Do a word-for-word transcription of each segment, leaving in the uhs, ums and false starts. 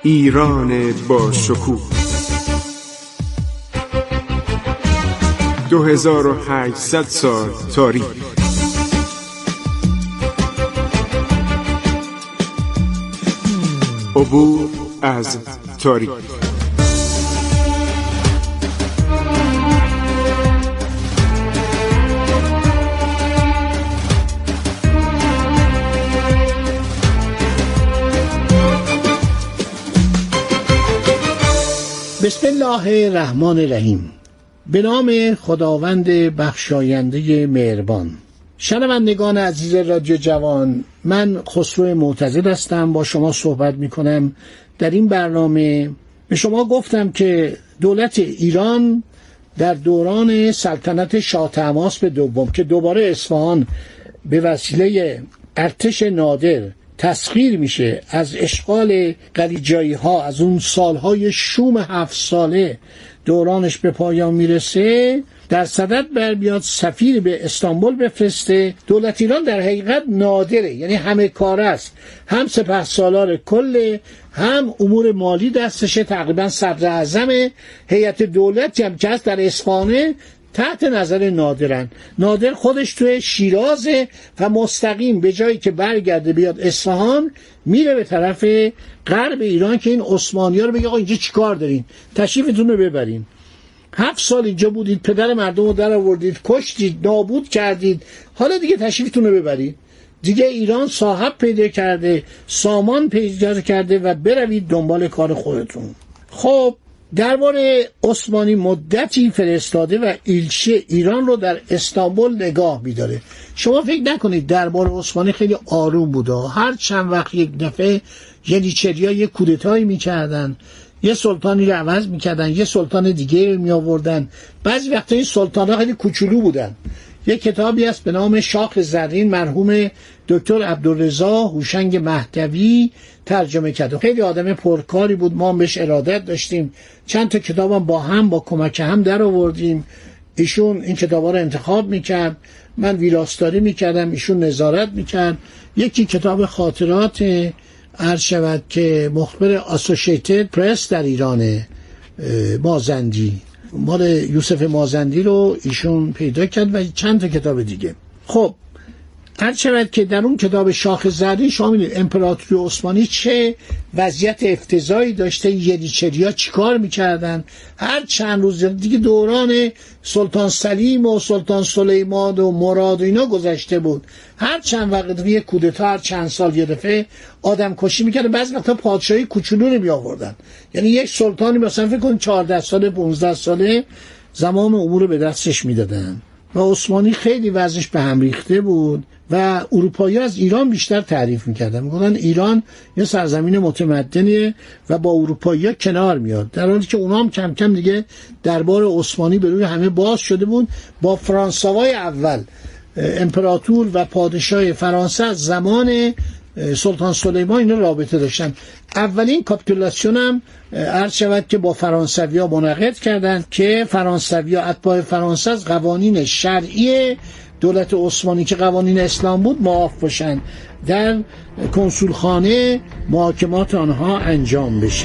ایران با شکوه دو هزار و هشتصد سال تاریخ. عبور از تاریخ. بسم الله الرحمن الرحیم. به نام خداوند بخشاینده مهربان. شنوندگان عزیز رادیو جوان، من خسرو معتزد هستم، با شما صحبت می کنم. در این برنامه به شما گفتم که دولت ایران در دوران سلطنت شاه طهماسب دوم که دوباره اصفهان به وسیله ارتش نادر تسخیر میشه، از اشغال قلیجایی ها، از اون سالهای شوم هفت ساله دورانش به پایان میرسه، در صدد بر بیاد سفیر به استانبول بفرسته. دولت ایران در حقیقت نادره، یعنی همه کاره است، هم سپهسالار کل، هم امور مالی دستشه، تقریبا صدر اعظم هیئت دولتی هم که هست در اصفهان تحت نظر نادرن. نادر خودش توی شیرازه و مستقیم به جایی که برگرده بیاد اصفهان میره به طرف غرب ایران که این عثمانی‌ها رو بگه آقا اینجا چیکار دارین، تشریفتون رو ببرین، هفت سال اینجا بودید، پدر مردم رو در آوردید، کشتید، نابود کردید، حالا دیگه تشریفتون رو ببرید، دیگه ایران صاحب پیدا کرده، سامان پیدا کرده و بروید دنبال کار خودتون. خب دربار عثمانی مدتی فرستاده و ایلچی ایران رو در استانبول نگاه می‌داره. شما فکر نکنید دربار عثمانی خیلی آروم بوده، هر چند وقت یک دفعه ینیچریا یک کودتایی می‌کردن، یه سلطانی رو عوض می‌کردن، یه سلطان دیگه رو می‌آوردن. بعضی وقتا این سلطان‌ها خیلی کوچولو بودن. یک کتابی هست به نام شاخ زرین، مرحوم دکتر عبدالرضا هوشنگ مهدوی ترجمه کرده. خیلی آدم پرکاری بود، ما بهش ارادت داشتیم، چند تا کتابم با هم با کمک هم در آوردیم. ایشون این کتابا رو انتخاب میکرد، من ویراستاری میکردم، ایشون نظارت میکرد. یکی کتاب خاطرات عرض شود که مخبر اسوسییتد پرس در ایران، مازندی، مال یوسف مازندی رو ایشون پیدا کرد و چند تا کتاب دیگه. خب هر شود که در اون کتاب شاخ زرین شما می‌بینید امپراتوری عثمانی چه وضعیت افتضاحی داشته، ینیچریا چیکار می‌کردن. هر چند روز دیگه دوران سلطان سلیم و سلطان سلیمان و مراد و اینا گذشته بود، هر چند وقت یه کودتا، هر چند سال یه دفعه آدم کشی می‌کردن. بعضی وقتا پادشاهی کوچولو رو می‌آوردن، یعنی یک سلطانی مثلا فکر کن چهارده ساله پانزده ساله زمان امور به دستش میدادن. و عثمانی خیلی وضعش به هم ریخته بود و اروپایی‌ها از ایران بیشتر تعریف می‌کردن، می‌گفتن ایران یه سرزمین متمدنه و با اروپایی‌ها کنار میاد، در حالی که اونها هم کم کم دیگه دربار عثمانی به روی همه باز شده بود. با فرانسوای اول امپراتور و پادشاه فرانسه از زمان سلطان سلیمان اینا رابطه داشتن. اولین کاپیتولاسیون هم عرض شود که با فرانسوی‌ها منعقد کردند که فرانسوی‌ها اتباع فرانسه از قوانین شرعی دولت عثمانی که قوانین اسلام بود معاف باشن، در کنسولخانه محاکمات آنها انجام بشه.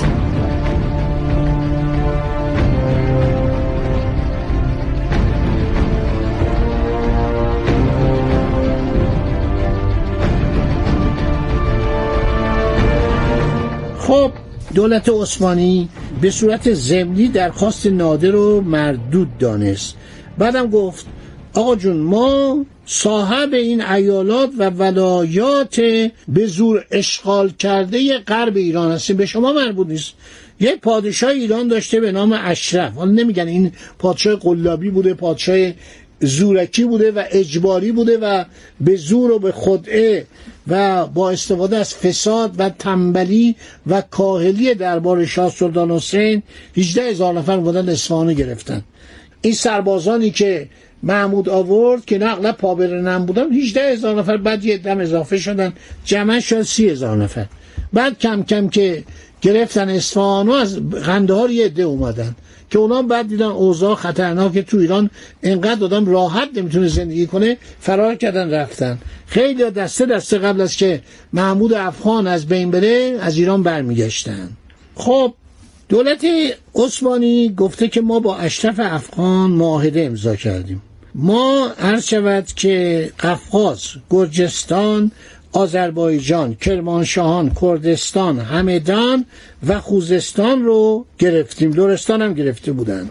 خب دولت عثمانی به صورت ضمنی درخواست نادر رو مردود دانست. بعدم گفت آقا جون، ما صاحب این ایالات و ولایات به زور اشغال کرده غرب ایران هستیم، به شما مربوط نیست. یک پادشاه ایران داشته به نام اشرف، حالا نمیگن این پادشاه قلابی بوده، پادشاه زورکی بوده و اجباری بوده و به زور و به خدعه و با استفاده از فساد و تنبلی و کاهلی دربار شاه سلطان حسین هجده هزار نفر بودن اصفهان گرفتن. این سربازانی که محمود آورد که نه اغلب پابرنم بودن هجده هزار نفر، بعد یه دم اضافه شدن، جمع شد سی هزار نفر. بعد کم کم که گرفتن اصفهان از قندهار یه عده اومدن، که اونا بعد دیدن اوضاع خطرناکه تو ایران، اینقدر آدم راحت نمیتونه زندگی کنه، فرار کردن رفتن. خیلی دسته دسته قبل از که محمود افغان از بین بره از ایران برمیگشتن. خب دولت عثمانی گفته که ما با اشرف افغان معاهده امضا کردیم. ما عرض شود که قفقاز، گرجستان، آذربایجان، کرمانشاهان، کردستان، همدان و خوزستان رو گرفتیم. لرستان هم گرفته بودن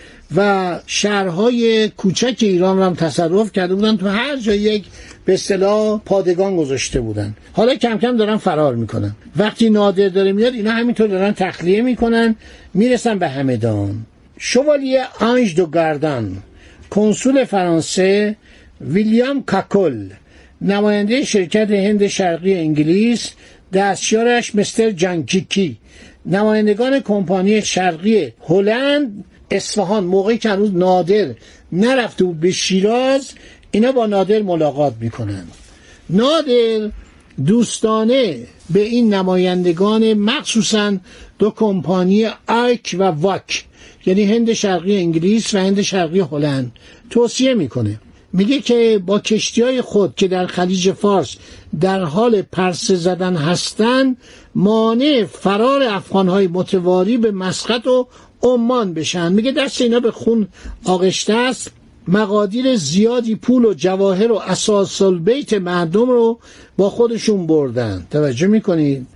و شهرهای کوچک ایران رو هم تصرف کرده بودن. تو هر جا یک به اصطلاح پادگان گذاشته بودن. حالا کم کم دارن فرار میکنن. وقتی نادر داره میاد اینا همینطور دارن تخلیه میکنن، میرسن به همدان. شوالیه آنژ دو گاردان، کنسول فرانسه، ویلیام کاکل، نماینده شرکت هند شرقی انگلیس، دستیارش مستر جانکیکی، نمایندگان کمپانی شرقی هلند، اصفهان، موقعی که هنوز نادر نرفته بود به شیراز، اینا با نادر ملاقات میکنن. نادر دوستانه به این نمایندگان مخصوصا دو کمپانی آیک و واک، یعنی هند شرقی انگلیس و هند شرقی هلند، توصیه میکنه. میگه که با کشتی‌های خود که در خلیج فارس در حال پرسه زدن هستند، مانع فرار افغان‌های متواری به مسقط و عمان بشن. میگه دست اینا به خون آغشته است. مقادیر زیادی پول و جواهر و اساس البیت مردم رو با خودشون بردن. توجه میکنید؟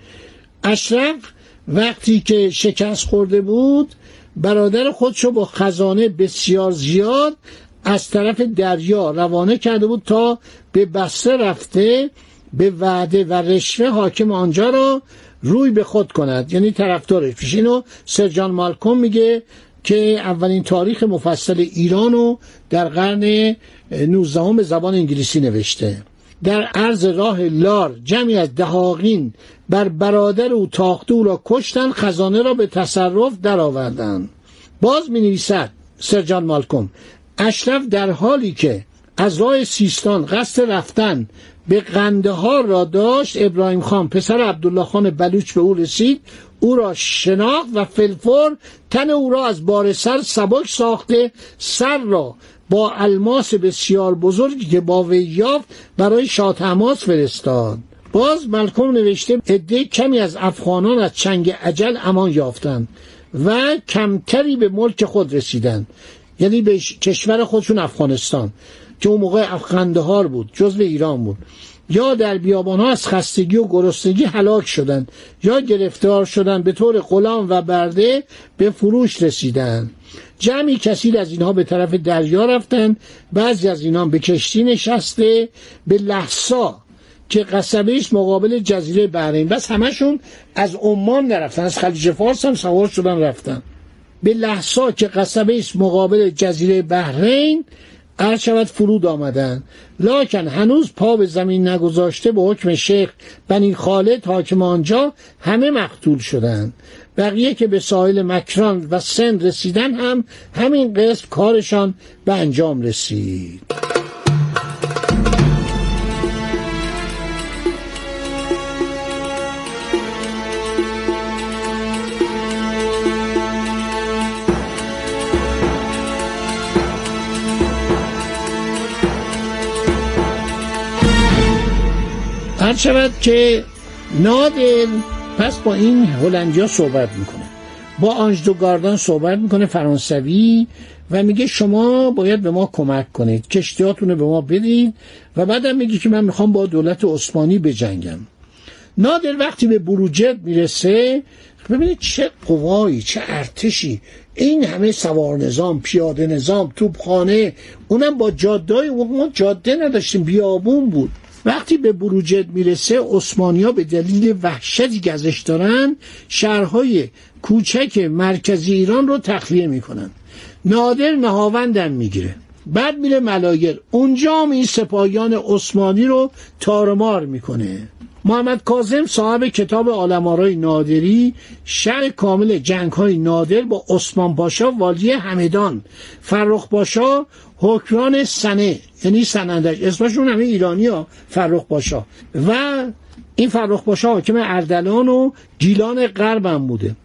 اشرف وقتی که شکست خورده بود، برادر خودشو با خزانه بسیار زیاد از طرف دریا روانه کرده بود تا به بصره رفته به وعده و رشوه حاکم آنجا را روی به خود کند، یعنی طرفدارش بشه. اینو سر جان مالکوم میگه که اولین تاریخ مفصل ایرانو در قرن نوزدهم به زبان انگلیسی نوشته. در عرض راه لار جمعی از دهاقین بر برادر او تاخته او را کشتن، خزانه را به تصرف درآوردند. باز می نویسد سر جان مالکوم: اشرف در حالی که از راه سیستان قصد رفتن به قندهار را داشت، ابراهیم خان پسر عبدالله خان بلوچ به او رسید، او را شناخت و فلفور تن او را از بار سر سبک ساخته، سر را با الماس بسیار بزرگی که با وی یافت برای شاه طهماسب فرستاد. باز مالکوم نوشته عده کمی از افغانان از چنگ اجل امان یافتند و کمتری به ملک خود رسیدند، یعنی به کشور خودشون افغانستان که اون موقع قندهار بود، جزو ایران بود. یا در بیابان‌ها از خستگی و گرسنگی هلاک شدند یا گرفتار شدند، به طور غلام و برده به فروش رسیدند. جمعی کثیر از اینها به طرف دریا رفتند، بعضی از اینها به کشتی نشسته به لحسا که قصبه‌اش مقابل جزیره بحرین، بس همشون از عمان نرفتن، از خلیج فارس هم سوار شدن رفتن به لحسا که قصبه‌اش مقابل جزیره بحرین عرض شود فرود آمدن. لکن هنوز پا به زمین نگذاشته به حکم شیخ بنی خالد حاکم آنجا همه مقتول شدند. بقیه که به ساحل مکران و سند رسیدن هم همین قسم کارشان به انجام رسید. هر شود که نادر پس با این هلندیا صحبت میکنه، با آنژ دو گاردان صحبت میکنه فرانسوی و میگه شما باید به ما کمک کنید، کشتیاتونو به ما بدید و بعدم میگه که من میخوام با دولت عثمانی بجنگم. نادر وقتی به بروجرد میرسه، ببینید چه قوایی، چه ارتشی، این همه سوار نظام، پیاده نظام، توپخانه، اونم با جاده‌ای، ما جاده نداشتیم، بیابون بود. وقتی به بروجرد میرسه، عثمانی‌ها به دلیل وحشتی که ازش دارن شهرهای کوچک مرکزی ایران رو تخلیه میکنن. نادر نهاوندم میگیره، بعد میره ملایر، اونجا هم این سپاهیان عثمانی رو تارمار میکنه. محمد کاظم صاحب کتاب عالم‌آرای نادری شرح کامل جنگ‌های نادر با عثمان پاشا والی همدان، فرخ پاشا حکمران سنه، یعنی سنندج، اسمشون همه ایرانی ها، فرخ پاشا، و این فرخ پاشا حاکم اردلان و گیلان غرب هم بوده.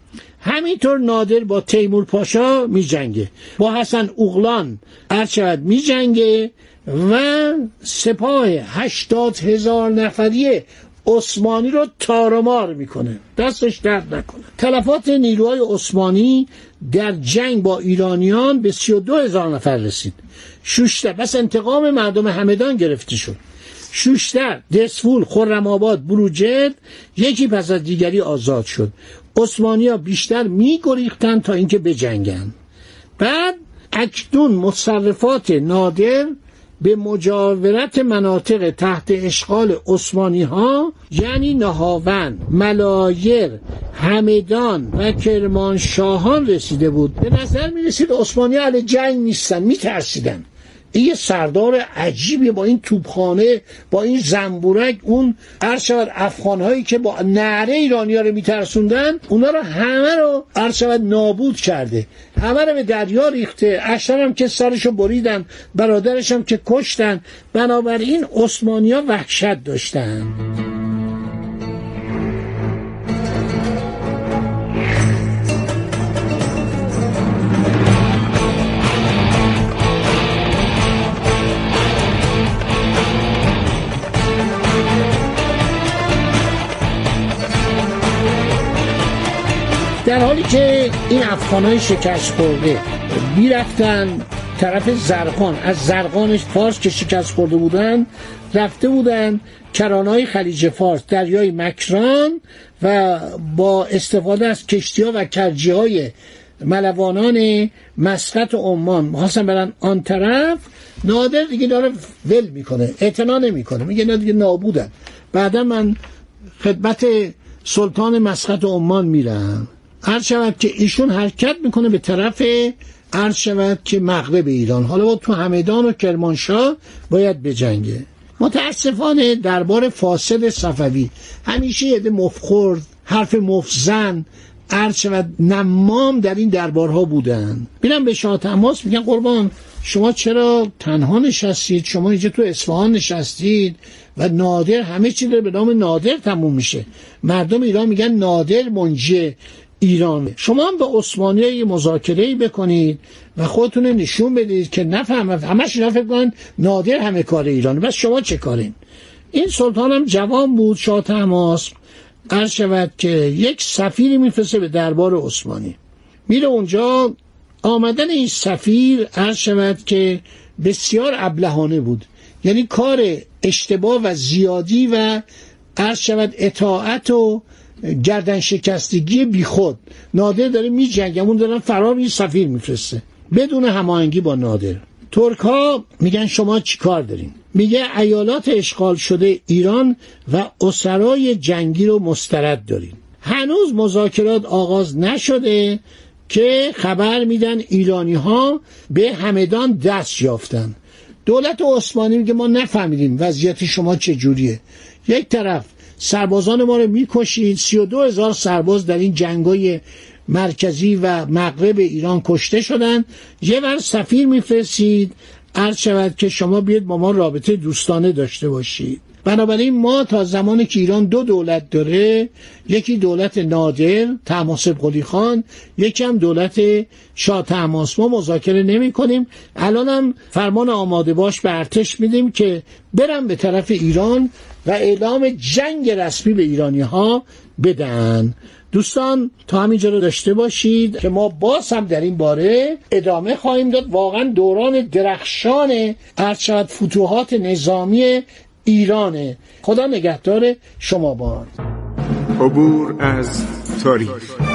همینطور نادر با تیمور پاشا می جنگه، با حسن اوغلان ارشد می جنگه و سپاه هشتاد هزار نفری عثمانی رو تارمار میکنه، دستش درد نکنه. تلفات نیروهای عثمانی در جنگ با ایرانیان به سی و دو هزار نفر رسید. شوشتر بس انتقام مردم همدان گرفته شد. شوشتر، دسفول، خرم‌آباد، بروجرد یکی پس از دیگری آزاد شد. عثمانی‌ها بیشتر می‌گریختند تا اینکه بجنگن. بعد اکنون متصرفات نادر به مجاورت مناطق تحت اشغال عثمانی ها یعنی نهاوند، ملایر، همدان و کرمانشاهان رسیده بود. به نظر می رسید عثمانی ها اهل جنگ نیستن، می ترسیدن. این یه سردار عجیبیه با این توپخانه، با این زنبورک، اون ارشد افغانهایی که با نعره ایرانی ها رو میترسوندن، اونا رو همه رو ارشد نابود کرده، همه رو به دریا ریخته. اشتر هم که سرشو بریدن، برادرش هم که کشتن. بنابراین عثمانی ها وحشت داشتن. در حالی که این افغانای شکست خورده میرفتن طرف زرقان، از زرقانش فارس که شکست خورده بودن رفته بودن کرانه‌های خلیج فارس، دریای مکران، و با استفاده از کشتی‌ها و کرجی‌های ملوانان مسقط و عمان می‌خواستن برن آن طرف. نادر دیگه داره ول میکنه، اعتنا نمیکنه، میگه نه دیگه نابودن. بعدا من خدمت سلطان مسقط و عمان میرم. عرض شود که ایشون حرکت میکنه به طرف عرض شود که مغرب ایران. حالا با تو همدان و کرمانشاه باید بجنگه. متاسفانه دربار فاسد صفوی همیشه یه مفخور، حرف مفزن، عرض شود نمام در این دربارها بودن. میرم به شاه طهماسب میگن قربان شما چرا تنها نشستید؟ شما اینجا تو اصفهان نشستید و نادر همه چیز رو به نام نادر تموم میشه. مردم ایران میگن نادر منجی ایران. شما هم به عثمانی مذاکره‌ای بکنید و خودتون نشون بدید که نفهمن، همش اینا فکر کنن نادر همه کار ایرانه، بس شما چه کارین؟ این سلطان هم جوان بود. شاه طهماسب عرض شود که یک سفیری میفرسته به دربار عثمانی، میره اونجا. آمدن این سفیر عرض شود که بسیار ابلهانه بود، یعنی کار اشتباه و زیادی و عرض شود اطاعت و گردن شکستگی بی خود. نادر داره می جنگه، اون دارن فرار، این سفیر میفرسته بدون هماهنگی با نادر. ترک ها میگن شما چی کار دارین؟ میگه ایالات اشغال شده ایران و اسرای جنگی رو مسترد دارین. هنوز مذاکرات آغاز نشده که خبر میدن ایرانی ها به همدان دست یافتن. دولت عثمانی میگه ما نفهمیدیم وضعیت شما چجوریه. یک طرف سربازان ما رو میکشید، سی و دو هزار سرباز در این جنگای مرکزی و مغرب ایران کشته شدن. یه ور سفیر میفرستید عرض شود که شما بیاید با ما رابطه دوستانه داشته باشید. بنابراین ما تا زمانی که ایران دو دولت داره، یکی دولت نادر طهماسب قلی خان، یکی هم دولت شاه طهماسب، ما مذاکره نمی کنیم. الان هم فرمان آماده باش به ارتش میدیم که برن به طرف ایران و اعلام جنگ رسمی به ایرانی ها بدن. دوستان تا همینجا رو داشته باشید که ما باز هم در این باره ادامه خواهیم داد. واقعا دوران درخشان عرض شود فتوحات نظامی ایرانه. خدا نگهدار شما باد. عبور از تاریخ.